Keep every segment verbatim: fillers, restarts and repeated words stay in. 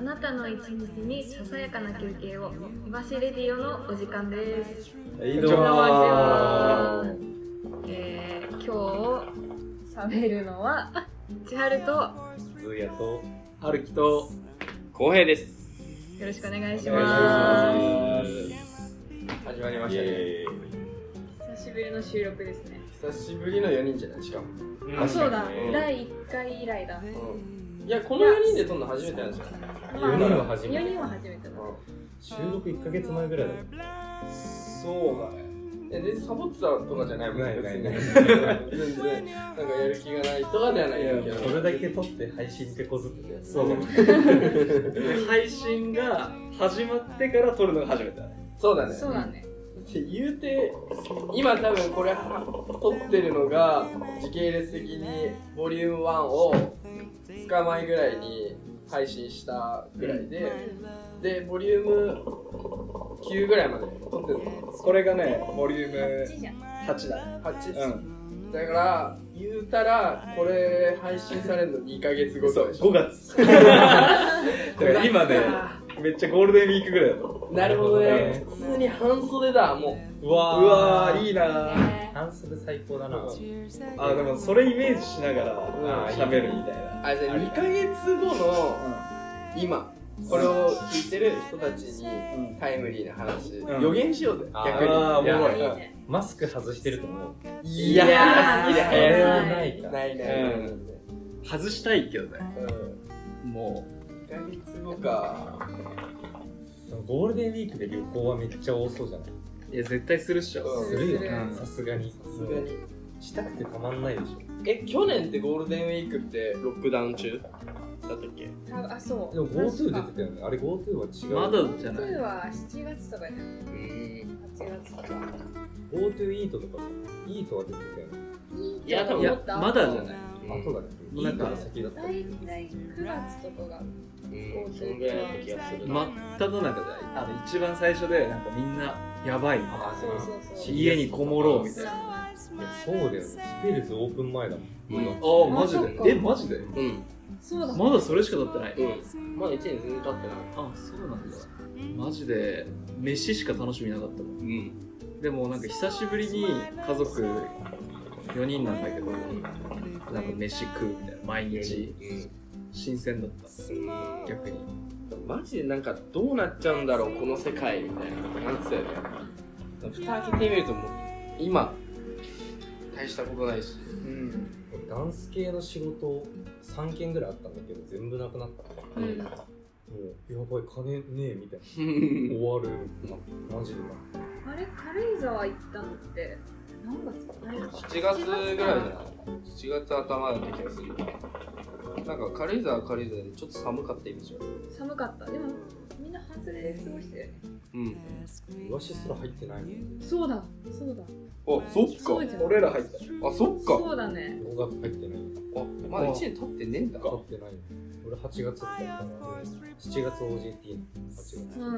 なたの一日にささやかな休憩を、いわしレディオのお時間です。 はいどうもー、えー、今日喋るのは千春とずーやとはるきとこうへいです。 よろしくお願いします。 始まりましたね。 久しぶりの収録ですね。 久しぶりのよにんじゃないしかも。 あ、そうだ、だいいっかい以来だ。うん、 いや、このよにんで撮るの初めてなんですよ。 よにんは初めて。 よにんは初めてだ。 収録いっかげつまえぐらいだもん。 そうだね。え、で、サボってたとかじゃないもんね。 ないないない。 全然、なんかやる気がないとかではないけど。 それだけ撮って配信ってこずってて。 そう配信が始まってから撮るのが初めてだね。 そうだね。 そうだね。 って言うて、今多分これ撮ってるのが時系列的にボリュームワンをふつかまえぐらいに配信したぐらいで、で、ボリュームきゅうぐらいまで撮ってるの。 これがね、ボリュームはちだね。 はち、 うん。 だから言うたらこれ配信されるのにかげつごとでしょ。 ごがつだから今ね、めっちゃゴールデンウィークぐらいだと。 なるほどね。普通に半袖だ、もう。 うわー、うわーいいなー。 半袖最高だな。 あ、でもそれイメージしながら喋るみたいな。 あ、じゃあにかげつごの今これを聞いてる人たちにタイムリーな話、うん、予言しようぜ、逆に。 ああ、おもろい。 マスク外してると思う。 いやー、好きだ。 それはないか。 ないないない。 外したいけどね。うん、もう。にかげつごか。 ゴールデンウィークで旅行はめっちゃ多そうじゃない？ いや、絶対するっしょ。 するよね。さすがに。 さすがに。 したくてたまんないでしょ。 え、去年ってゴールデンウィークってロックダウン中だったっけ？ あ、そう。 でも GoTo 出てたよね。あれ GoTo は違う。 まだじゃない。 GoTo はしちがつとかじゃない。はちがつとか。 GoTo イートとか、イートは出てたよね。 いや、多分まだじゃない。 後だね。イートが先だった。 だいたいくがつとかが。 そんぐらいだった気がする。 真っ只中で、あの一番最初でなんかみんなやばい。 あ、そうそうそう。 家にこもろうみたいな。 いや、そうだよね。スペルズオープン前だもん。 ああ、マジで。え、マジで？ うん。 そうだ。まだそれしか経ってない。 うん。まだいちねん全然経ってない。 あ、そうなんだ。マジで飯しか楽しみなかったもん。うん。でもなんか久しぶりに家族よにんなんだけど、なんか飯食うみたいな毎日。新鮮だった。逆に。 マジでなんかどうなっちゃうんだろうこの世界みたいななんつったよね。蓋開けてみるともう今大したことないし。うん。 ダンス系の仕事さんけんぐらいあったんだけど全部なくなった。うん。もうやばい金ねえみたいな。終わる。マジでな。 あれ軽井沢行ったのって何月？ しちがつぐらいじゃない？しちがつ頭だった気がする。なんか軽井沢は軽井沢でちょっと寒かったイメージある。 寒かった。でもみんな半袖で過ごしてるよね。 うん。 イワシすら入ってないの？ そうだ、そうだ。 あ、そっか。 俺ら入った。 あ、そっか。 そうだね。 ごがつ入ってない。 あ、まだいちねん経ってねえんだ。 経ってない。俺はちがつだったからしちがつ オージェーティー のはちがつ。 うんうん。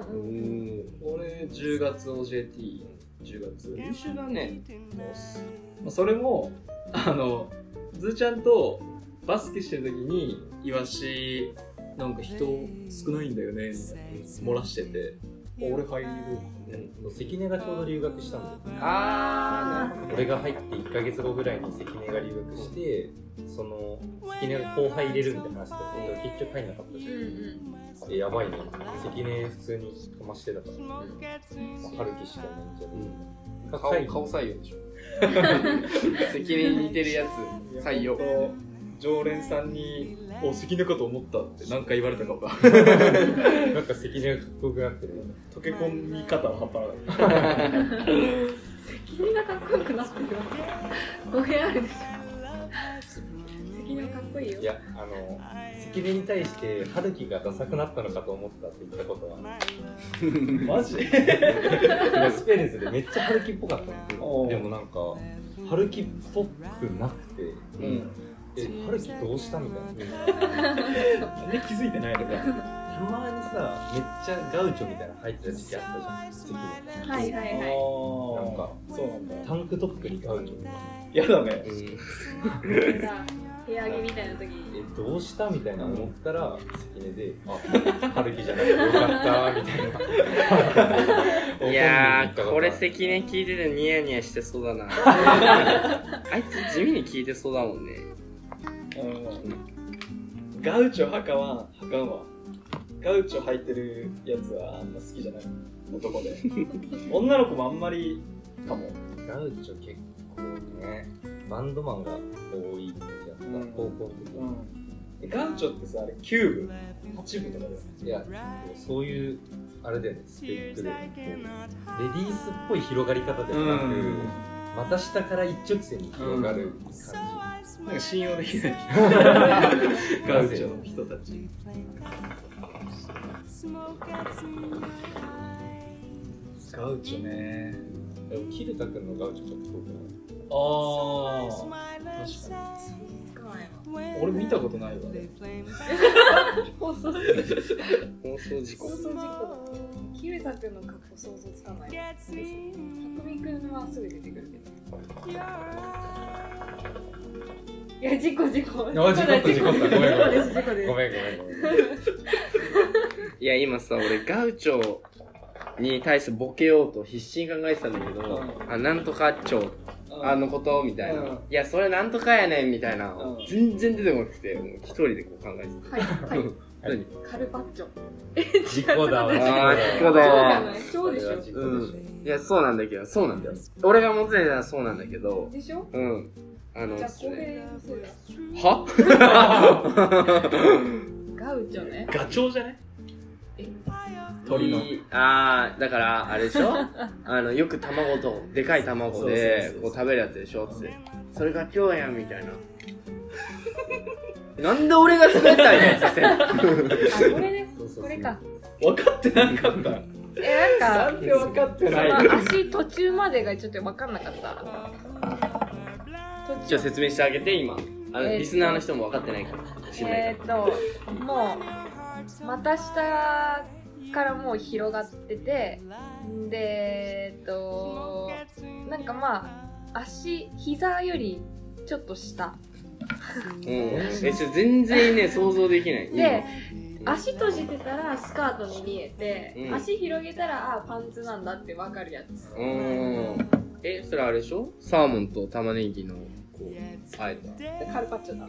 俺じゅうがつ オージェーティー、じゅうがつ。 優秀だね。 まあそれもあのずーちゃんとバスケしてる時にイワシなんか人少ないんだよねみたいな漏らしてて、俺入る。 関根がちょうど留学したんだよ。 あー、なるほど。 俺が入っていっかげつごぐらいに関根が留学して、その関根が後輩入れるみたいな話だったけど結局入んなかったし、うんうん、やばいね。関根普通にかましてたから、うん、春樹しかいないんじゃない、 うん、顔、顔採用でしょ関根に似てるやつ採用。 常連さんに「お関根かと思った」って何回言われたかもかなんか関根がかっこよくなってる。 溶け込み方は半端ない関根がかっこよくなってる語弊あるでしょ。関根はかっこいいよ。 いや、あの関根に対して春樹がダサくなったのかと思ったって言ったことはマジスペルズでめっちゃ春樹っぽかったんですよ。でもなんか春樹っぽくなくて、うん、え、春樹どうしたみたいな。 なんで気づいてないのか。 たまにさ、めっちゃガウチョみたいなの入ってた時期あったじゃん。 はいはいはい。 なんか、そうなんだ。タンクトップにガウチョみたいな。 やだね。 うん、 部屋着みたいな時にえどうしたみたいな思ったら関根であ春樹じゃなくてよかったみたいな。 いやーこれ関根聞いててニヤニヤしてそうだな。あいつ地味に聞いてそうだもんね。 うん、ガウチョはかははかんわ。ガウチョ履いてるやつはあんま好きじゃない男で。女の子もあんまりかも。 ガウチョ結構ねバンドマンが多いってやった、うん、高校の時、 うん、ガウチョってさあれきゅう部はち部とかだよね。 いやそういうあれだよねスペックでレディースっぽい広がり方ではなく、うん、また下から一直線に広がる感じ、 うん、なんか信用できないガウチョの人たち。ガウチョね。 でもキルタ君のガウチョちょっと遠くない？ ああ確かに。俺見たことないわ。 放送放送事故。 放送事故だ。キルタ君の格好想像つかない。たくみ君はすぐ出てくるけど。いや事故事故。 あ事故事故ごめんごめんごめんごめんごめん。 いや今さ俺ガウチョに対してボケようと必死に考えてたんだけど、うん、あなんとかチョあのことみたいな、うん、いやそれなんとかやねんみたいな、うん、全然出てこなくてもう一人でこう考えてた。はいはい何カルパッチョ。 事故だわ。 あー事故だわ。 そうでしょ。 うん。いやそうなんだけどそうなんだよ。俺が持ってたのはそうなんだけど。 でしょ？ うん。あの。 じゃあ公平のせいだ。 は？ ガウチョね。 ガチョウじゃね？ え？ 鳥の。 あーだからあれでしょ？あのよく卵とでかい卵でこう食べるやつでしょって。それガチョウやんみたいな。なんで俺が滑ったんやさせん。あ、これね、これか。 分かってなかった。 え、なんか、 なんで分かってない。 足途中までがちょっと分かんなかった。 じゃあ説明してあげて今。あの、えー、リスナーの人も分かってないから。 えーっと、もう股下からもう広がってて、で、えーっと、なんかまあ足膝よりちょっと下。 うん、えちょ全然ね想像できない。 で、足閉じてたらスカートに見えて、うん、足広げたらあパンツなんだってわかるやつ。 うん。えそれあれでしょ？サーモンと玉ねぎのこうあえたカルパッチョだ。 うん。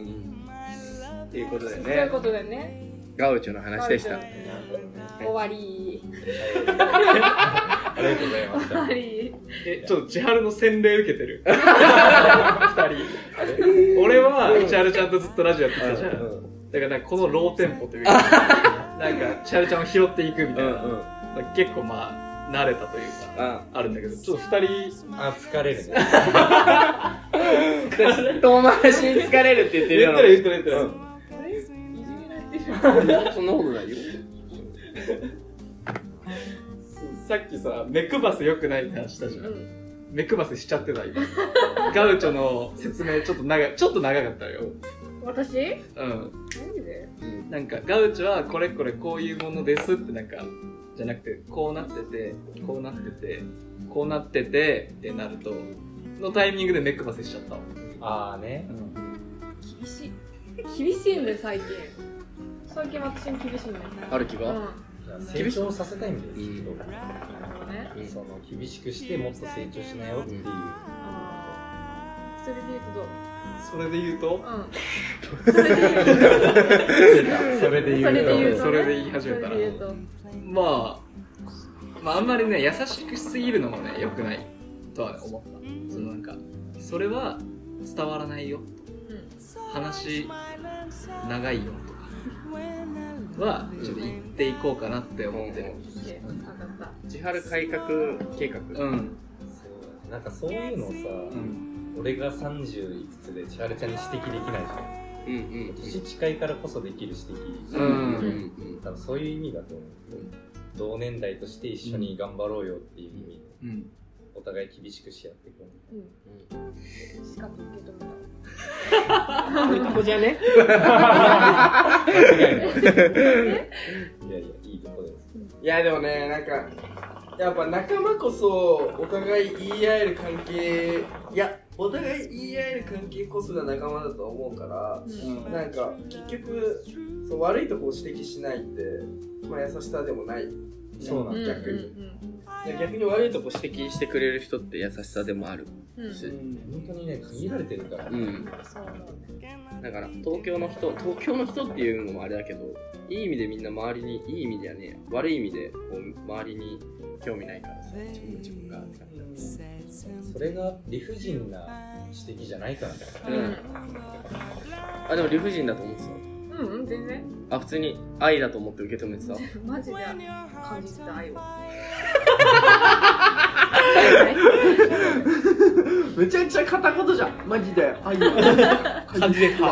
っていうことだよね。 そういうことだよね。 ガウチョの話でした。 終わり。 ありがとうございました。 終わり。 え、ちょっと千春の洗礼受けてる。二人。俺は千春ちゃんとずっとラジオやってたじゃん。うん、だからなんかこのローテンポというか、なんか千春ちゃんを拾っていくみたいな。うんうん、結構まあ慣れたというか、あるんだけど、ちょっと二人あ疲れるね。 遠回しに疲れるって言ってるよ。 言ってる言ってる言ってる。 そんなことないよ。 さっきさ、目くばせ良くないって話したじゃん。うん、目くばせしちゃってた今。ガウチョの説明ちょっと長ちょっと長かったよ。 私？ うん。 何で？ なんかガウチョはこれこれこういうものですってなんかじゃなくてこうなっててこうなっててこうなっててってなるとのタイミングで目くばせしちゃったわ。 ああね。 うん。厳しい。厳しいんだよ最近。最近私に厳しいんだよ。 ある気が？うん。 成長させたいんだよ、きっと。 なるほどね。 その厳しくしてもっと成長しなよっていう。 それで言うとどう？ それで言うと？ うん。それで言うと。 それで言うと。 それで言い始めたら。まあ、まああんまりね優しくしすぎるのもね良くないとは思った。そのなんかそれは伝わらないよ。話長いよとか。はちょっと行っていこうかなって思ってる。 千春改革計画。 うん。 そうなんかそういうのさ、うん、俺がさんじゅういくつで千春ちゃんに指摘できないじゃん。うんうん。年近いからこそできる指摘。うんうん。多分そういう意味だと思う。同年代として一緒に頑張ろうよっていう意味。うん。お互い厳しくし合っていこう。うん。 しかも受け止めた。 そういうとこじゃね？ 間違いない。いやいや、いいとこです。 いやでもね、なんかやっぱ仲間こそお互い言い合える関係、いやお互い言い合える関係こそが仲間だと思うから、うん、なんか結局そう悪いとこを指摘しないって、まあ、優しさでもない。 そうなんだ、 逆に、うんうん、逆に悪いとこ指摘してくれる人って優しさでもあるし、うん、 本当にね限られてるから、うん、 だから東京の人東京の人っていうのもあれだけど、いい意味でみんな周りにいい意味ではね悪い意味でこう周りに興味ないからさ、自分自分がって感じだ、うん、 それが理不尽な指摘じゃないからね、 うん、あでも理不尽だと思ってた。 うんうん、全然。 あ、普通に愛だと思って受け止めてた。 マジで感じてた愛を。 めちゃくちゃ片言じゃん。マジで愛を感じてた。い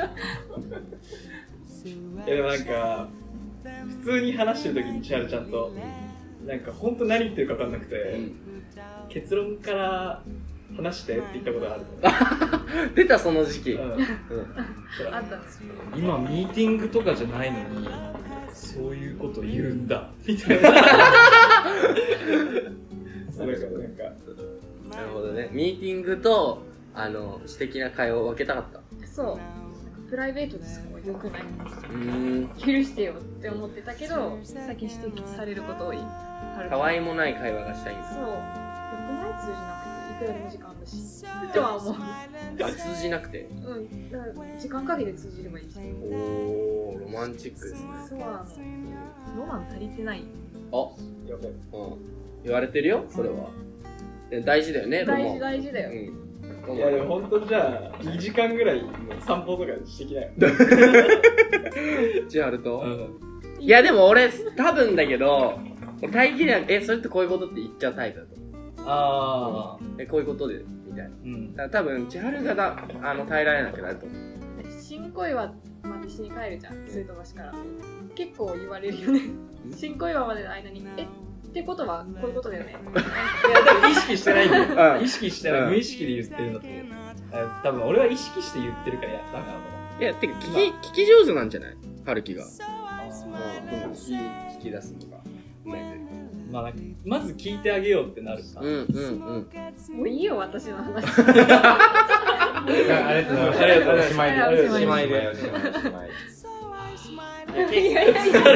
やでもなんか普通に話してる時に千春ちゃんとなんか本当何言ってるか分かんなくて、うん、結論から話してって言ったことがある。出たその時期。うんうん、 あった。 今ミーティングとかじゃないのにそういうこと言うんだみたいな。 そうなんかなんかなるほどね。ミーティングとあの私的な会話を分けたかった。 そう。プライベートですごい良くない。うん。許してよって思ってたけど、先指摘されること多い。 たわいもない会話がしたいんです。 そう。良くない通じなくて。いくらでも時間あるしとは思う。 通じなくて、 うん、だから時間かけて通じればいいし。 おー、ロマンチックですね。 そうなの。ロマン足りてない。 あ、やべ、うん、言われてるよ、それは。大事だよね、ロマン。 大事大事だよ。 うん、いやでも本当じゃあにじかんぐらい散歩とかしてきなよ。 じゃああると、うん、いやでも俺多分だけど、大気でえそれってこういうことって言っちゃうタイプだと。ああ、えこういうことでみたいな、うん、だから多分千春がだあの耐えられなくなると思う。 新小岩まで一緒に帰るじゃん、水道橋から。結構言われるよね。新小岩までの間にえってことはこういうことだよね。 いや多分意識してないんだよ。意識してない、無意識で言ってるんだと思う。多分俺は意識して言ってるからやったんだと思う。いやてか聞き、聞き上手なんじゃない、春樹が。ああ、聞き聞き出すのがうまいね。 まあ、まず聞いてあげようってなるか。 うんうんうん。 もういいよ私の話。 ありがとうございます。ありがとうございます。しまいで。しまいで。 いやいやいや。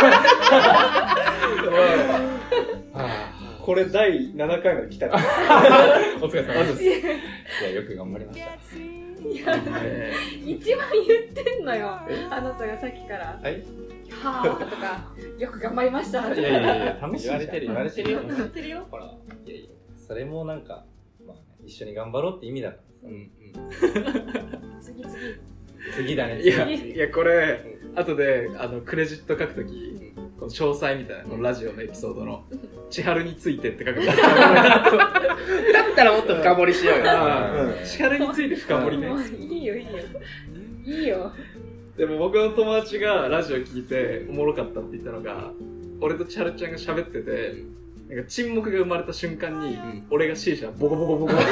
これだいななかいまで来た。お疲れ様です。いやよく頑張りました。 いや一番言ってんのよ。あなたがさっきから。はい。はぁとかよく頑張りました。 いやいやいや試し言われてる言われてるよ。 言ってるよ。 ほらいやいやそれもなんかまあ、ね、一緒に頑張ろうって意味だから。うんうん。 次次次だね。 いやいやこれ後であのクレジット書くときこの詳細みたいなこのラジオのエピソードの千春についてって書く。だったらもっと深掘りしようよ。 千春について深掘りね。 いいよいいよいいよ。 でも僕の友達がラジオ聞いておもろかったって言ったのが、俺と千春ちゃんが喋ってて、なんか沈黙が生まれた瞬間に、うん、俺が C 社ボコボコボコボコ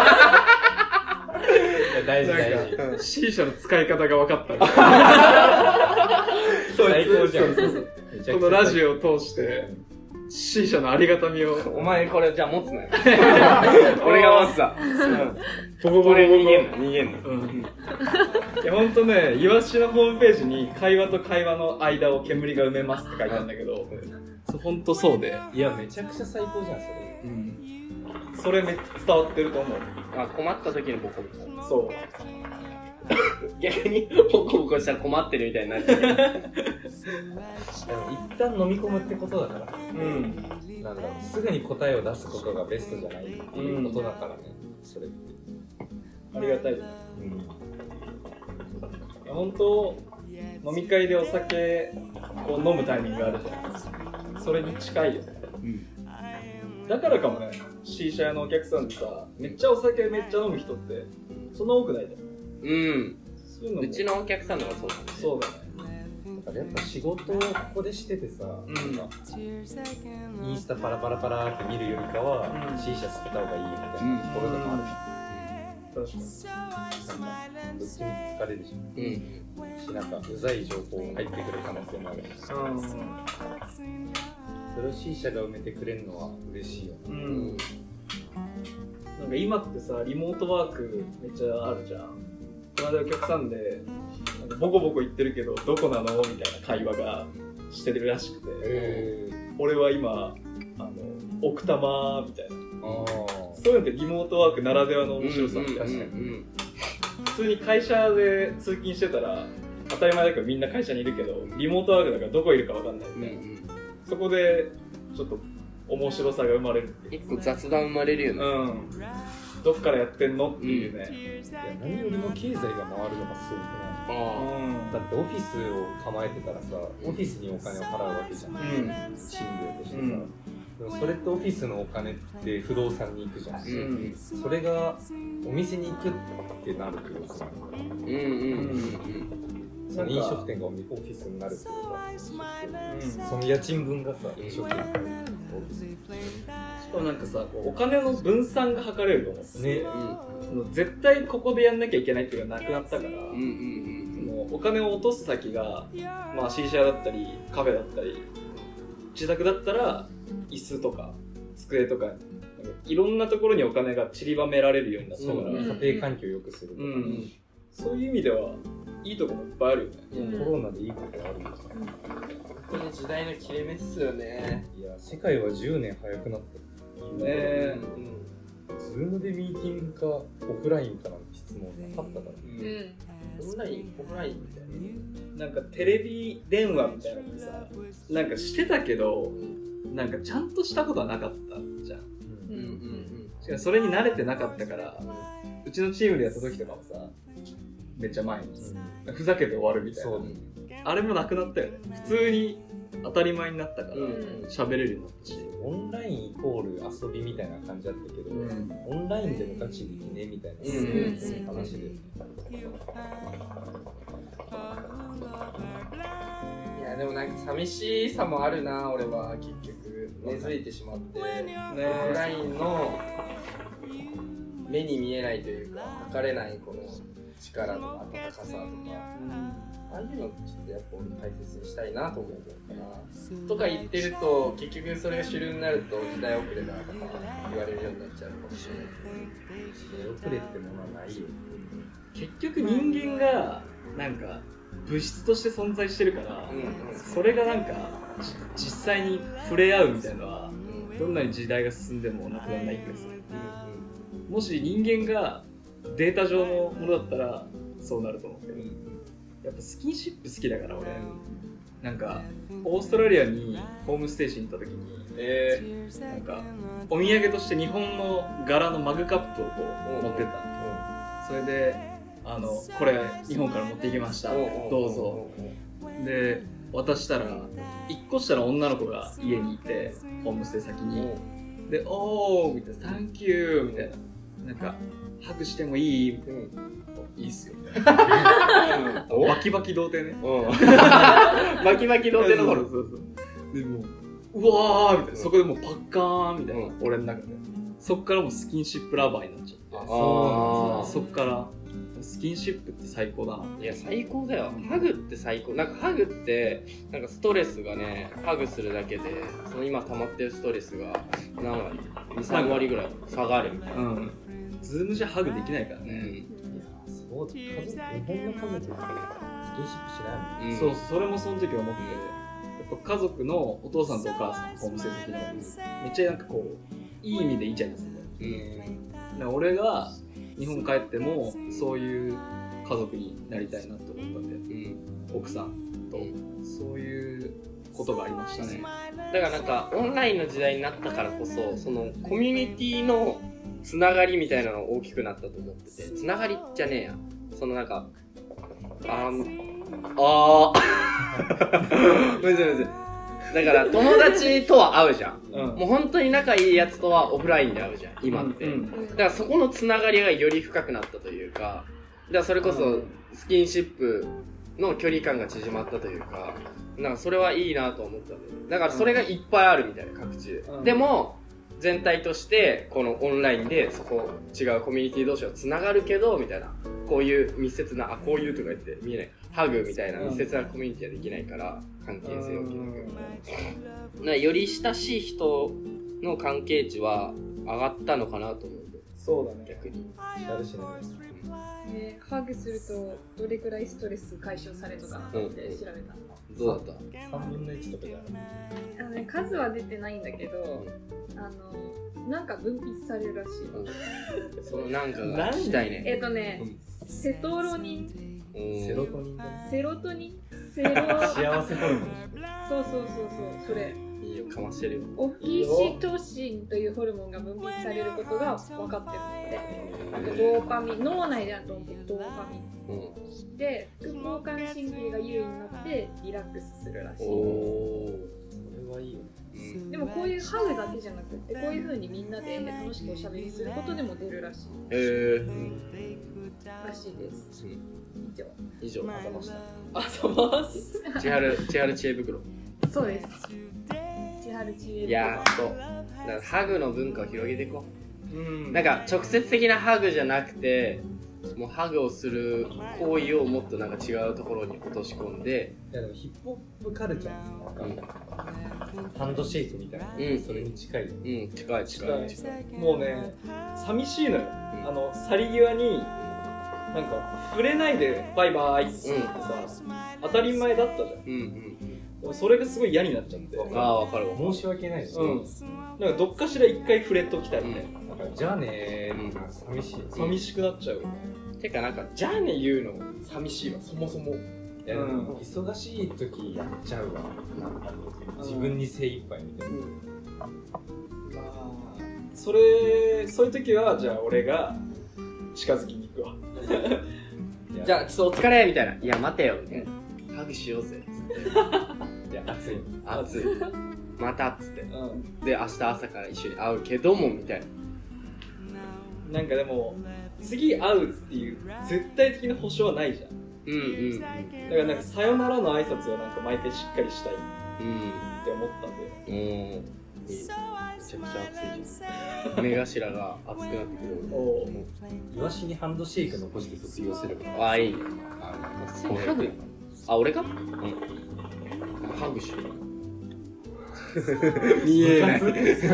大事大事。C 社の使い方が分かった。 最高じゃん。 このラジオを通して C 社のありがたみを。 お前これじゃあ持つなよ。俺が持つさ。 ボコボコボコ逃げんの逃げんの。うん、 いやほんとね、イワシのホームページに会話と会話の間を煙が埋めますって書いてあるんだけど、そうほんとそうで。 いやめちゃくちゃ最高じゃんそれ。 うん。それめっちゃ伝わってると思う。 あ、困った時のボコボコ。 そう。 逆にボコボコしたら困ってるみたいになっちゃう。でも一旦飲み込むってことだから。うん。なんだろう、すぐに答えを出すことがベストじゃないっていうことだからね。うん、それって。 ありがたい。うん。本当飲み会でお酒こう飲むタイミングがあるじゃん。それに近いよね。うん。だからかもね。C 社のお客さんでさ、めっちゃお酒めっちゃ飲む人ってそんな多くないじゃん。 うん。そういうのうちのお客さんのがそうだね。 そうだね。 だからやっぱ仕事をここでしててさ、うん、なんかインスタパラパラパラって見るよりかは、うん、C 社捨てた方がいいみたいなところでもあるし、うん、確かになんかどっちも疲れるし、うん、しなんかうざい情報入ってくる可能性もあるし、うん、それを C 社が埋めてくれるのは嬉しいよね。うんなんか今ってさリモートワークめっちゃあるじゃん。この間お客さんでなんかボコボコ言ってるけどどこなのみたいな会話がしてるらしくて、えー、俺は今あの奥多摩みたいな、あそういうのってリモートワークならではの面白さって確かに、普通に会社で通勤してたら当たり前だけどみんな会社にいるけどリモートワークだからどこいるか分かんないみたいな、うんうん、そこでちょっと面白さが生まれるっていう、 一個雑談生まれるよね、 うん、どっからやってんのっていうね、 うん、いや何よりも経済が回るのがすごくない。あー、だってオフィスを構えてたらさ、オフィスにお金を払うわけじゃん、うん、賃料としてさ、うん、でもそれってオフィスのお金って不動産に行くじゃん、うん、それがお店に行くってなるというか、うんうんうんうん、その飲食店がオフィスになるってことは、うん、その家賃分がさ飲食店になるオフィス。 しかもなんかさ、お金の分散が図れると思うね、うん、絶対ここでやんなきゃいけないっていうのがなくなったから、うんうんうん、そのお金を落とす先が、まあ、シーシャだったりカフェだったり自宅だったら椅子とか机とかいろんなところにお金が散りばめられるようになったから、うん、 家庭環境を良くするとか、うん、 そういう意味ではいいとこもいっぱいあるよね、 うん、コロナでいいことあるんですか、 本当に時代の切れ目っすよね。 いや世界はじゅうねん早くなったね、うん、ズームでミーティングかオフラインかなんて質問なかったから、うん、 オンラインオフラインみたいな、なんかテレビ電話みたいなのってさ、なんかしてたけどなんかちゃんとしたことはなかったじゃん、うんうんうん、しかもそれに慣れてなかったから、うちのチームでやった時とかもさめっちゃ前に、うん、ふざけて終わるみたいな、そう、あれもなくなったよね。普通に当たり前になったから喋、うん、れるようになったし、 オンラインイコール遊びみたいな感じだったけど、うん、オンラインでもガチできねみたいな、うん、話で、 いやでもなんか寂しさもあるな。俺は結局根付いてしまって、ね、オンラインの目に見えないというか測れないこの力とか温かさとか、うん、ああいうのちょっとやっぱ俺大切にしたいなと思うからとか言ってると、結局それが主流になると時代遅れだとか言われるようになっちゃうかもしれない。 時代遅れってものはないよ。 結局人間がなんか物質として存在してるから、うんうん、それがなんか実際に触れ合うみたいなのは、うん、どんなに時代が進んでもなくならない気がする、うんうん、もし人間がデータ上のものだったらそうなると思うけど、うん、やっぱスキンシップ好きだから俺、なんかオーストラリアにホームステージに行った時に、えー、なんかお土産として日本の柄のマグカップをこう持ってった、それであのこれ日本から持ってきました、どうぞで渡したらいっこ下の女の子が家にいて、ホームステイ先にで、おーみたいな、サンキューみたいな、なんかハグしてもいいみたいな、いいっすよみたいなバキバキ童貞ねバキバキ童貞の頃そうそうでもうわーみたいな、そこでもうパッカーンみたいな、うん、俺の中でそっからもうスキンシップラバーになっちゃって、ああそっからスキンシップって最高だな。 いや最高だよ、ハグって最高。なんかハグってなんかストレスがね、ハグするだけでその今溜まってるストレスが何割 にさん 割ぐらい下がるみたいな、うん、 ズームじゃハグできないからね、うん、いやそう家族、日本の家族ってスキンシップしないもん、 うん、そうそれもその時思って、やっぱ家族のお父さんとお母さんホームステイ先のめっちゃなんかこういい意味でいいじゃないですか、うん、俺が日本帰ってもそういう家族になりたいなって思ったんで、うん、奥さんとそういうことがありましたね。 だからなんかオンラインの時代になったからこそ、そのコミュニティのつながりみたいなのが大きくなったと思ってて、つながりじゃねえや、そのなんかあーあーむずいむずい。だから友達とは会うじゃん、うん、もう本当に仲いいやつとはオフラインで会うじゃん今って、うんうん、だからそこのつながりがより深くなったというか、だからそれこそスキンシップの距離感が縮まったというか、なんかそれはいいなと思ったんだよね。だからそれがいっぱいあるみたいな、各地で、うん、でも全体としてこのオンラインでそこ違うコミュニティ同士はつながるけどみたいな、こういう密接な、あこういうとか言って見えないハグみたいな密接なコミュニティはできないから関係性を築く、うん、より親しい人の関係値は上がったのかなと思う。 そうだね。 逆にやるしね。 ね、ハグするとどれくらいストレス解消されるのかなって調べた、 どうだったさんぶんのいちとかじゃあの、ね、数は出てないんだけど、あのなんか分泌されるらしい、 うん、そのなんかが聞きたいね。 えっとね、うん、セトロニン、 セロトニンだね。 セロトニンセロ幸せホルモン。 そうそうそうそう、それいいよ、かましてるよ。 オキシトシンというホルモンが分泌されることが分かってるので、あとドーパミン、脳内であとドーパミン、うん、で副交感神経が優位になってリラックスするらしい。 おー、それはいいよ。 うん、でもこういうハグだけじゃなくて、こういう風にみんなで楽しくおしゃべりすることでも出るらしい。 へー、うん、 らしいです。うん、以上。 以上、あざました。 あざます千春、千春知恵袋。 そうです。千春知恵袋。 いやー、そう。だからハグの文化を広げていこう。 うん、 なんか直接的なハグじゃなくて、もうハグをする行為をもっとなんか違うところに落とし込んで。 いやでもヒップホップカルチャーなんか、うん、ハンドシェイクみたいな、うん、それに近い。 うん、近い近い近い。 もうね、寂しいのよ。うん、あの去り際になんか触れないでバイバイってさ、うん、当たり前だったじゃん。うんうん、でもそれがすごい嫌になっちゃって。 ああ、わかるわ。 申し訳ないし、 うん、なんかどっかしら一回触れときたいみたいな。 うん、じゃあねー、うん、寂しい。 寂しくなっちゃう。 てかなんかじゃあね言うの寂しいわ、そもそも。 いや、うん、忙しい時やっちゃうわ。なんか自分に精一杯みたいな。うん、まあそれそういう時はじゃあ俺が近づきに行くわ。 じゃあちょっとお疲れみたいな。いや待てよみたいな。ハグしようぜっつって。 いや暑い暑い。またっつって。うん、で明日朝から一緒に会うけどもみたいな。なんかでも次会うっていう絶対的な保証はないじゃん。うんうん。だからなんかさよならの挨拶をなんか毎回しっかりしたいって思ったんで。うん。めちゃくちゃ暑いじゃん。目頭が熱くなってくる。 おイワシにハンドシェイク残して卒業するから。 ああいい。ハグやん。あ俺か？うん。ハグしよう。見えない。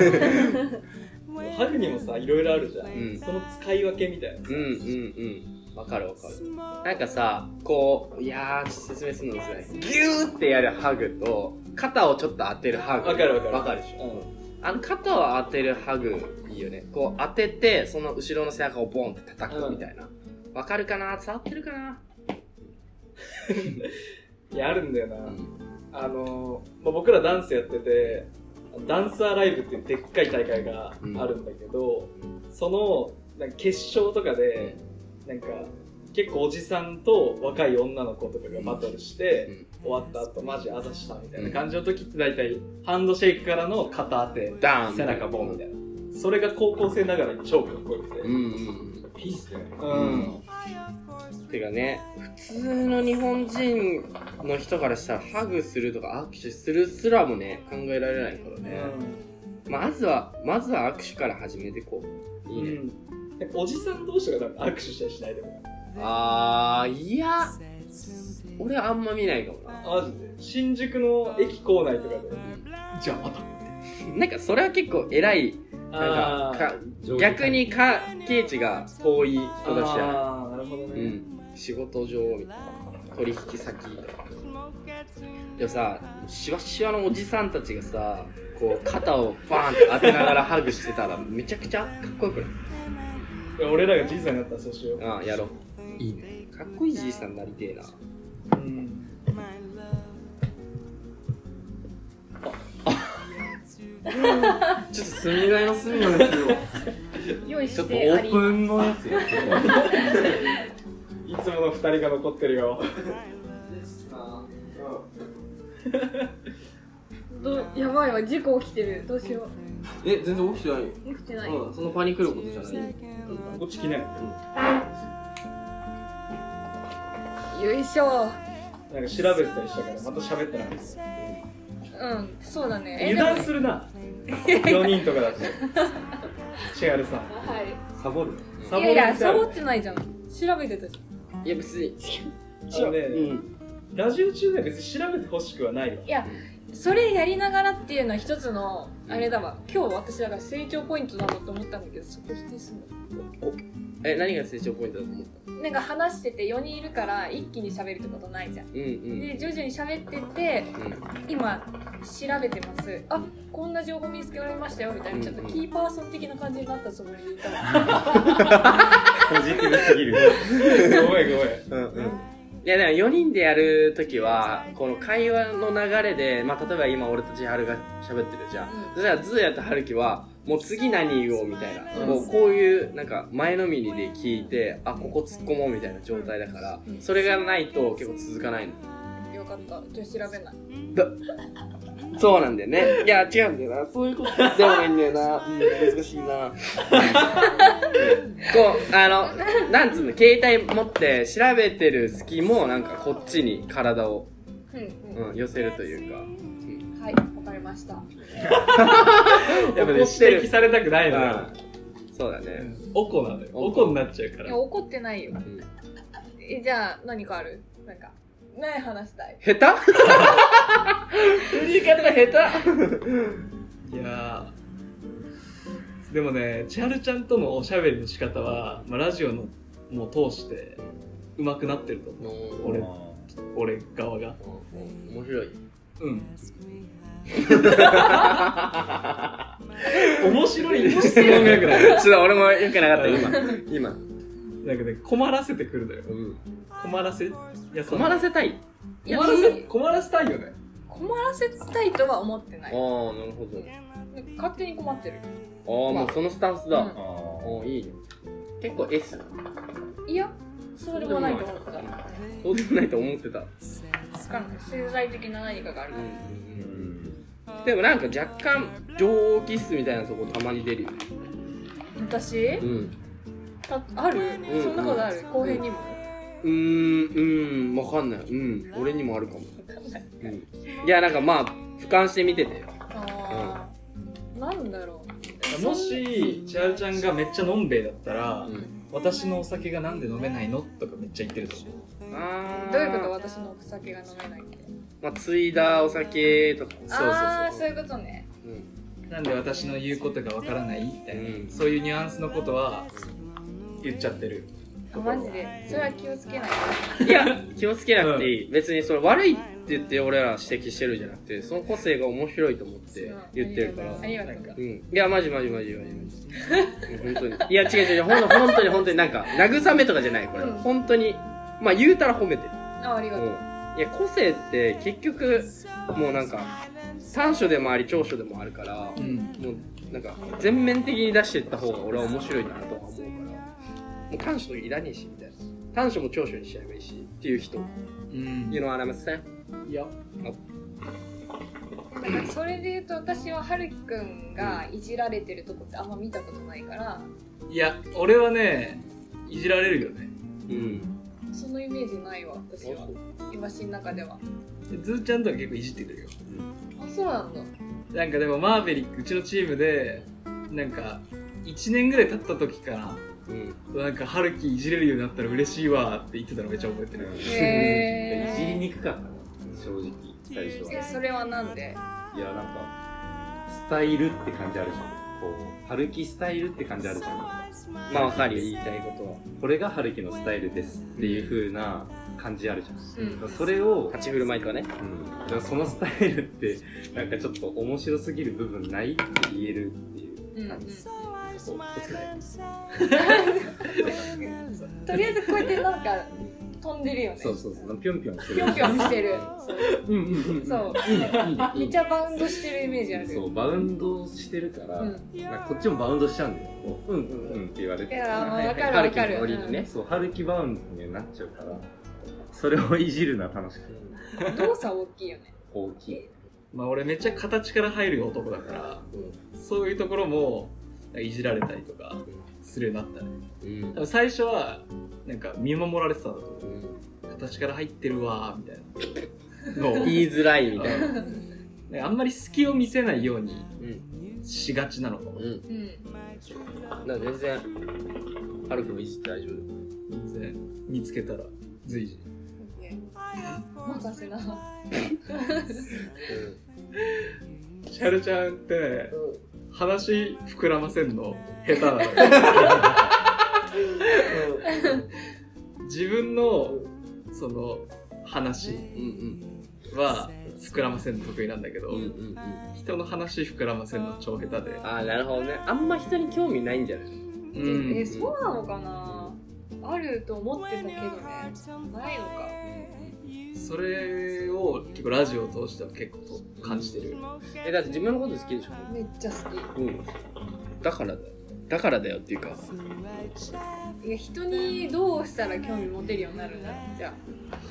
ハグにもさいろいろあるじゃん、うん、その使い分けみたいな。 うんうんうん、わかるわかる。なんかさこういやー説明するのですね、ギューってやるハグと肩をちょっと当てるハグ。 わかるわかるわかるでしょ、うん、あの肩を当てるハグいいよね。こう当ててその後ろの背中をボンって叩くみたいな。わ、うん、かるかな、伝わってるかな。 いやあるんだよな、うん、あのーまあ、僕らダンスやっててダンサーライブっていうでっかい大会があるんだけど、うん、そのなんか決勝とかでなんか結構おじさんと若い女の子とかがバトルして、うん、終わった後マジあざしたみたいな感じの時って大体ハンドシェイクからの肩当てダーン背中ボンみたいな、それが高校生ながらに超かっこよくて、うんうん、 ピースだよね。 うん、てかね、普通の日本人の人からしたらハグするとか握手するすらもね考えられないからね、うん、まずはまずは握手から始めてこう。いいね、うん、 なんかおじさん同士が握手したりしないでも。 あーいや俺あんま見ないかもな。 マジで新宿の駅構内とかで、うん、じゃあまたなんかそれは結構偉い。なんかか逆にか経値が遠い人たちじゃない。あなるほどね、うん、仕事上みたいな取引先とかでもさ、シワシワのおじさんたちがさこう肩をバーンって当てながらハグしてたらめちゃくちゃかっこよくない？ 俺らがじいさんになったらそうしよう。 ああやろう。いいね。かっこいいじいさんになりてえな。うんちょっと隅替えの隅のですよ。 用意してちょっとオープンのやつよ。 いつものふたりが残ってるよ。 どやばいわ、事故起きてる。どうしよう。 え、全然起きてないよ。 起きてない。 うん、そのパニクることじゃない。 こっち来ない。 うん、よいしょ。 なんか調べてたりしたからまた喋ってないんですよ。 うん、そうだね。 油断するな。よにんとかだって。千春さん。 はい。 サボる。 サボいやいや、サボってないじゃん。調べてたじゃん。いや別に。 あのね、うん、ラジオ中で別に調べてほしくはないわ。 いや、 それやりながらっていうのは一つのあれだわ。今日私だから成長ポイントだろうと思ったんだけど、そこ否定するの。 え、何が成長ポイントだと思った？ なんか話しててよにんいるから一気に喋るってことないじゃん。 うんうん、 で徐々に喋ってて、うん、今調べてます。あ、こんな情報見つけられましたよみたいな、ちょっとキーパーソン的な感じになったつもりでいたわ。 ポジティブすぎる。ごめんごめん。うんうん。 いやでもよにんでやるときはこの会話の流れで、まあ、例えば今俺と千春が喋ってるじゃん、うん、そしたらズーヤと春樹はもう次何言おうみたいな、うん、もうこういうなんか前のめりで聞いて、あ、ここ突っ込もうみたいな状態だから、うん、それがないと結構続かないの。 よかった。じゃあ調べない。 そうなんだよね。いや違うんだよな。そういうことでもないんだよな。うん、難しいな。こうあのなんつうの、携帯持って調べてる隙もなんかこっちに体を、うんうんうん、寄せるというか。うん、 はい、わかりました。 やっぱね、指摘されたくないのよ。 そうだね。 おこなのよ。おこになっちゃうから。 いや、怒ってないよ。うん、え、じゃあ何かある？なんか。何話したい？ 下手？振り方が下手。 いやー、でもね、千春ちゃんとのおしゃべりの仕方は、まあ、ラジオのもう通して上手くなってると思う。俺、俺側が。 面白い。 うん。面白い質問がよくない。 ちょっと俺もよくなかった今。今。 なんかね、困らせてくるのよ。うん、困らせ、いや、困らせたい。 困らせ、困らせたいよね。 困らせたいとは思ってない。 ああ、なるほど。 勝手に困ってる。 ああ、もうそのスタンスだ。うん、ああ、いいね。結構 S。 いや、そうでもないと思ってた。 そうでもないと思ってた。 潜在的な何かがある。 うん、でもなんか若干上気質みたいなとこたまに出るよね。 私？うん。ある、うん、そんなことある？後編にも？ うーん、うん、わかんない。うん、俺にもあるかも。わかんない。うん。いや、なんかまあ、俯瞰して見ててよ。 あー、うん、なんだろう。もし、千春ちゃんがめっちゃのんべえだったら、うん、私のお酒がなんで飲めないのとかめっちゃ言ってると思う。 あー。どういうこと？私のお酒が飲めないって。 まあ、継いだお酒とか。 そうそうそう。あー、そういうことね。 うん。なんで私の言うことがわからないみたいな、うん、そういうニュアンスのことは言っちゃってる。 あ、マジで？それは気をつけない。 いや、気をつけなくていい。うん、別にそれ悪いって言って俺ら指摘してるじゃなくて、その個性が面白いと思って言ってるから。 ありがとう。 うん。いや、マジマジマジマジマジ。本当に。いや、違う違う、ほんと本当に本当になんか、慰めとかじゃない、これ。うん、本当に、まあ言うたら褒めてる。 あ、ありがとう。 いや、個性って結局、もうなんか、短所でもあり長所でもあるから、うん、もうなんか全面的に出していった方が俺は面白いなとは思うから、もう短所とかいらねえしみたいな、短所も長所にしちゃえばいいしっていう人、うん、いうのはありますね。 いや、 だからそれで言うと私ははるきくんがいじられてるとこってあんま見たことないから。 いや、俺はね、いじられるよね。 うん。そのイメージないわ、私は。今しの中では。 ずーちゃんとか結構いじってくるよ。 あ、そうなんだ。 なんかでもマーベリック、うちのチームでなんかいちねんぐらい経った時かな、うん、なんか春樹いじれるようになったら嬉しいわって言ってたのめっちゃ覚えてる。 へー。いじりにくかったな、正直最初は。 え、それはなんで？ いや、なんかスタイルって感じあるじゃん。こう春樹スタイルって感じあるじゃん。 まあわかるよ、言いたいことは。 これが春樹のスタイルですっていう風な感じあるじゃん。うん、それを立ち振る舞いとかね。 うん。だからそのスタイルってなんかちょっと面白すぎる部分ないって言えるっていう感じ。うんうん、そう。 とりあえずこうやってなんか飛んでるよね。 そうそうそう。ぴょんぴょんしてる。 ぴょんぴょんしてる。 うんうんうん。 そう。めっちゃバウンドしてるイメージある。 そう、バウンドしてるから、うん、なんかこっちもバウンドしちゃうんだよ。うんうんうんって言われて。 いや、わかるわかる。 春樹のノリにね、そう、春樹バウンドになっちゃうから。それをいじるのは楽しくて。動作大きいよね。 大きい。 まあ俺めっちゃ形から入る男だから、うん、そういうところもいじられたりとかするようになったね。うん、多分最初はなんか見守られてたんだと思う。うん、形から入ってるわーみたいなの言いづらいみたいな。あんまり隙を見せないようにしがちなのかも。うん。うん、 だから全然ハルくんもいじって大丈夫。 全然見つけたら随時。 任せな。 チャルちゃんって話膨らませんの下手なのよ。自分のその話は膨らませんの得意なんだけど、うんうんうん、人の話膨らませんの超下手で。 ああ、なるほどね。あんま人に興味ないんじゃない？うん、 えー、そうなのかな。あると思ってたけどね、ないのか。 それを結構ラジオを通しては結構と感じてる。 え、だって自分のこと好きでしょ？ めっちゃ好き。 うん。だからだよ。だからだよっていうか。 いや、人にどうしたら興味持てるようになるんだじゃあ。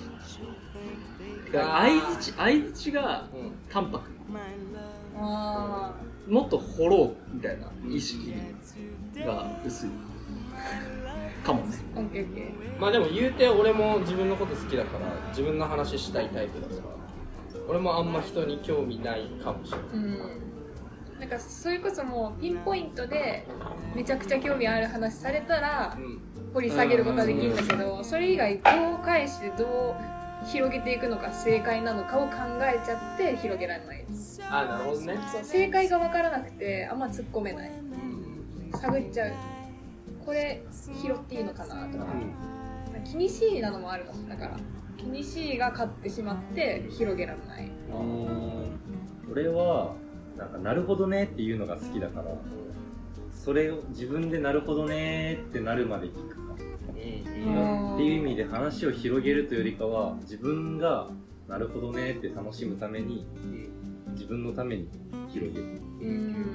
相づち、相づちが淡白。ああ。もっと掘ろうみたいな意識が薄い。かもね。 オッケーオッケー。 まあでも言うて俺も自分のこと好きだから自分の話したいタイプだから俺もあんま人に興味ないかもしれない。うん。 なんかそれこそもうピンポイントでめちゃくちゃ興味ある話されたら掘り下げることはできるんだけど、それ以外どう返してどう広げていくのか正解なのかを考えちゃって広げられない。 ああ、なるほどね。 そう、正解が分からなくてあんま突っ込めない。探っちゃう。これ拾っていいのかなとか、うん、気にしいなのもあるの。だから気にしいが勝ってしまって広げられない。 あ俺はなんかなるほどねっていうのが好きだから、それを自分でなるほどねってなるまで聞くか、うん、っていう意味で話を広げるというよりかは自分がなるほどねって楽しむために自分のために広げる、うん、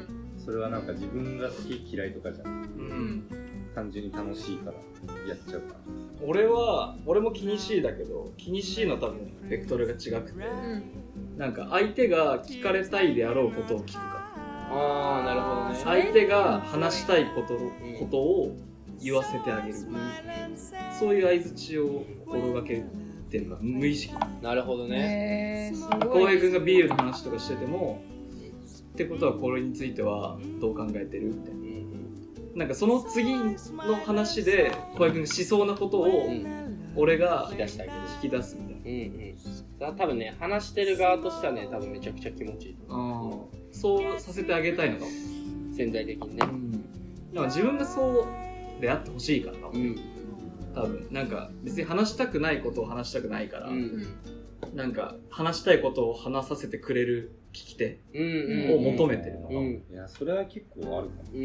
それはなんか自分が好き嫌いとかじゃなくて、うん、単純に楽しいからやっちゃうかな。 俺は俺も気にしいだけど気にしいの多分ベクトルが違くて、うん、なんか相手が聞かれたいであろうことを聞くか。 ああ、なるほどね。 相手が話したいこと、うん、ことを言わせてあげる、うん、そういう相づちを心がけてるのが無意識。 なるほどね。 浩平君がビールの話とかしててもってことはこれについてはどう考えてるみたいな、うん、なんかその次の話で浩平君がしそうなことを俺が引き出してあげる、引き出すみたいな、 うんうん、多分ね話してる側としてはね多分めちゃくちゃ気持ちいいと思う。 あそうさせてあげたいのかも潜在的にね、うん、 だから自分がそうであってほしいからかも、うん、多分なんか別に話したくないことを話したくないから、うん、なんか話したいことを話させてくれる聞き手を求めてるのかも、うんうん、 いやそれは結構あるかも、うん、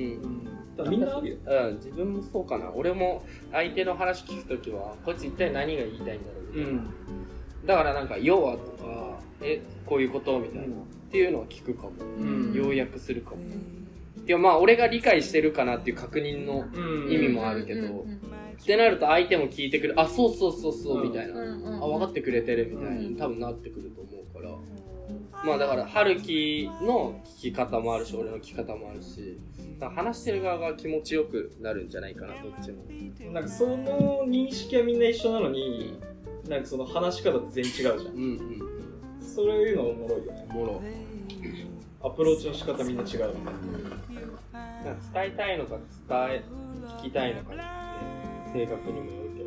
だみんなあるよ、 うん、自分もそうかな。俺も相手の話聞くときはこいつ一体何が言いたいんだろうみたいな、うん、だからなんか要はとかえこういうことみたいな、うん、っていうのは聞くかも、うん、要約するかも、うん、いやまあ俺が理解してるかなっていう確認の意味もあるけど、うんうんうん、ってなると相手も聞いてくる、あそうそうそうそう、うん、みたいな、うんうん、あ分かってくれてるみたいな、うん、多分なってくると思うから、うん、まあだから春樹の聞き方もあるし俺の聞き方もあるし、だから話してる側が気持ちよくなるんじゃないかな、どっちも。 なんかその認識はみんな一緒なのに、なんかその話し方って全然違うじゃん、うんうん、そういうのおもろいよね。おもろアプローチの仕方みんな違うみたいな、なんか伝えたいのか伝え聞きたいのかね、性格にもよるけ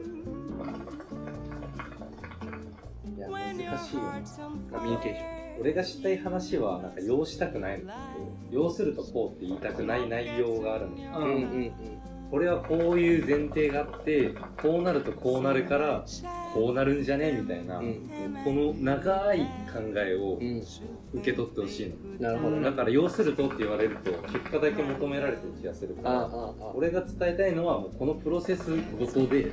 ど。いや難しいよね、 コミュニケーション。 俺がしたい話はなんか要したくないのだけど、要するとこうって言いたくない内容があるの、うんうんうん、これはこういう前提があってこうなるとこうなるからこうなるんじゃねみたいな、うん、この長い考えを受け取ってほしいの、うん、なるほど、ね、だから要するとって言われると結果だけ求められてる気がするから、ああああ俺が伝えたいのはもうこのプロセスごとで、うん、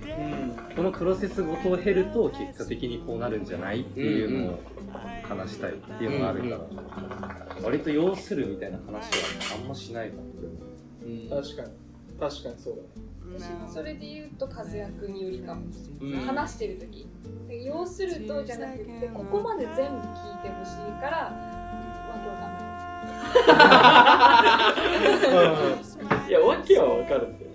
このプロセスごとを経ると結果的にこうなるんじゃないっていうのを話したいっていうのがあるから、うんうん、割と要するみたいな話はあんましないかも、 うん、確かに確かにそうだね。 私それで言うと和也くんよりかも、うん、話してる時要するとじゃなくてここまで全部聞いてほしいからわけわかんないいやわけはわかるんだよ。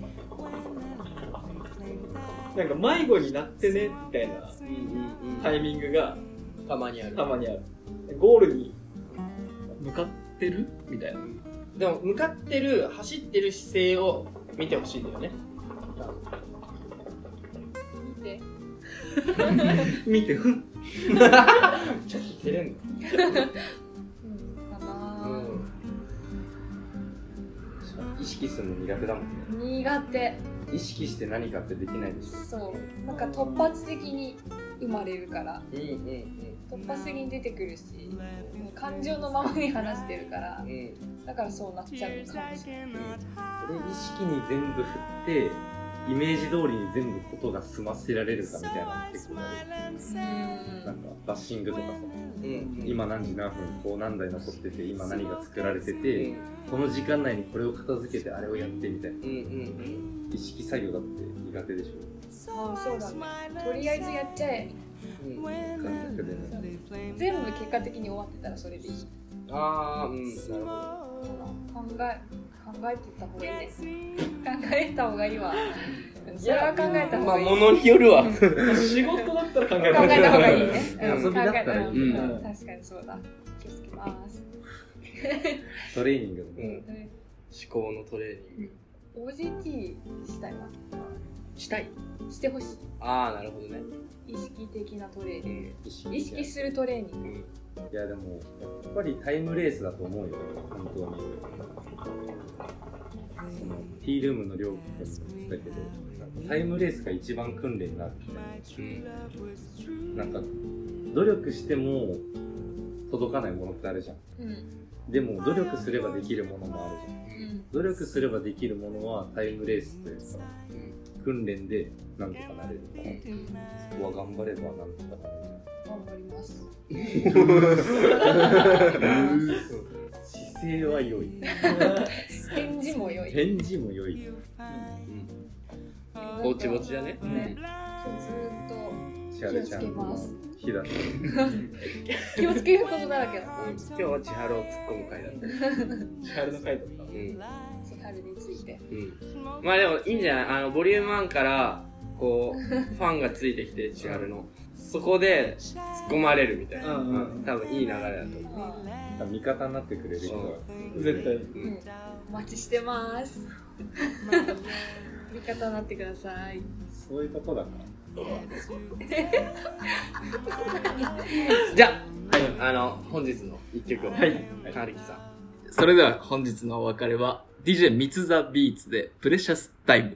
なんか迷子になってねみたいなタイミングがたまにあるたまにある。ゴールに向かってるみたいな。 でも向かってる走ってる姿勢を見てほしいんだよね。 見て見てふんちょっと照れんの意識するの苦手だもんね。 苦手。 意識して何かってできないでしょ。 そう。なんか突発的に生まれるから。 うんうんうん。 突発的に出てくるし、感情のままに話してるから、うん、だからそうなっちゃうのかもしれない。 これ意識に全部振ってイメージ通りに全部ことが済ませられるかみたいなの結構ある。なんかバッシングとかさ、うん、今何時何分こう何台残ってて今何が作られてて、うん、この時間内にこれを片付けてあれをやってみたいな、うんうんうん、意識作業だって苦手でしょ。 ああそうだね。とりあえずやっちゃえ。うん、全部結果的に終わってたらそれでいい。 ああ、うん、なるほど。 考え考えてた方がいいね。考えた方がいいわ。それは考えた方がいい。 まあ物によるわ。 仕事だったら考えた方がいい。考えた方がいいね。 遊びだったらいい。 うん、確かにそうだ。気をつけます。 トレーニング、 うん、思考のトレーニング。 オージーティー したいわ。 したい？ してほしい。 ああ、なるほどね。 意識的なトレーニング、意識、意識するトレーニング、うん、 いやでもやっぱりタイムレースだと思うよ本当に。そのティールームの量とかも言ったけどタイムレースが一番訓練になるみたいな、うん、なんか努力しても届かないものってあるじゃん、うん、でも努力すればできるものもあるじゃん、うん、努力すればできるものはタイムレースというか、うん、訓練でなんとかなれるから、うん、そこは頑張ればなんとかなるじゃん。 頑張ります。 姿勢は良い。 返事も良い。 返事も良い。うんぼちぼちだね。 ね、ずーっと気をつけます。 火だね。 気をつけることだらけだった。 今日は千春を突っ込む回だった。 千春の回だった。うん。 千春について。 うん。まあでもいいんじゃない？あのボリュームワンからこうファンがついてきて千春のそこで突っ込まれるみたいな。うんうん、多分いい流れだと思う。味方になってくれる人は絶対。 うん。お待ちしてます。味方になってください。 そういうことだから。 じゃあ、はい、あの本日の一曲を、はい、かるきさん。 それでは本日のお別れは ディージェー ミツザビーツでプレシャスタイム。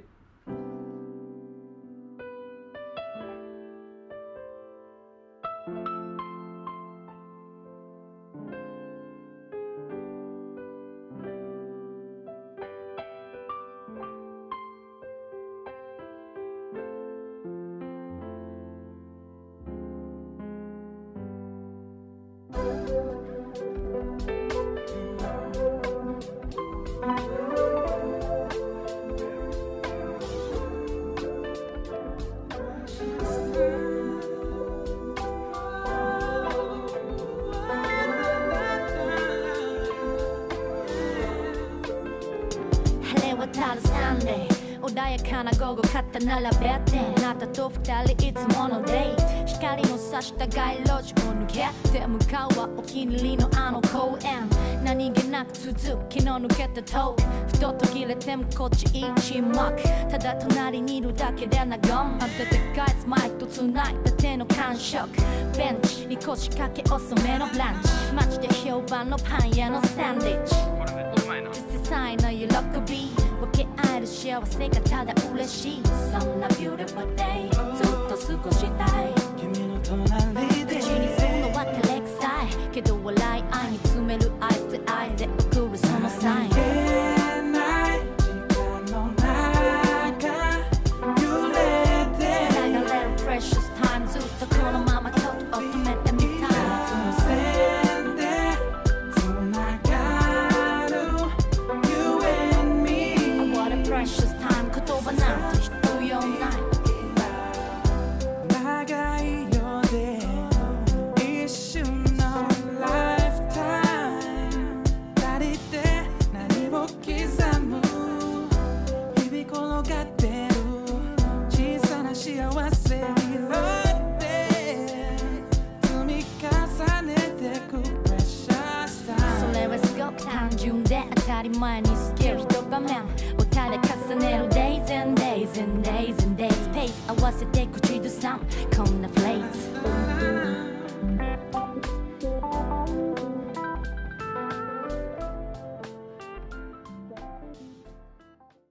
穏やかな午後肩並べてあなたと二人いつものデート光の差した街路樹を抜けて向かうはお気に入りのあの公園何気なく続く昨日抜けたトークふと途切れてもこっち一幕ただ隣にいるだけで和む温かいスマイルと繋いだ手の感触ベンチに腰掛け遅めのランチ街で評判のパン屋のサンドイッチこれめっちゃうまいな些細な喜び分け合える幸せがただ嬉しいそんな beautiful day ずっと過ごしたい君の隣で口にするのは照れくさいけど笑い愛に詰める愛で愛で送るそのサイン前にスケール一場面おたれ重ねる Days and Days and Days and Days ペース合わせて口ずさむこんなフレーズ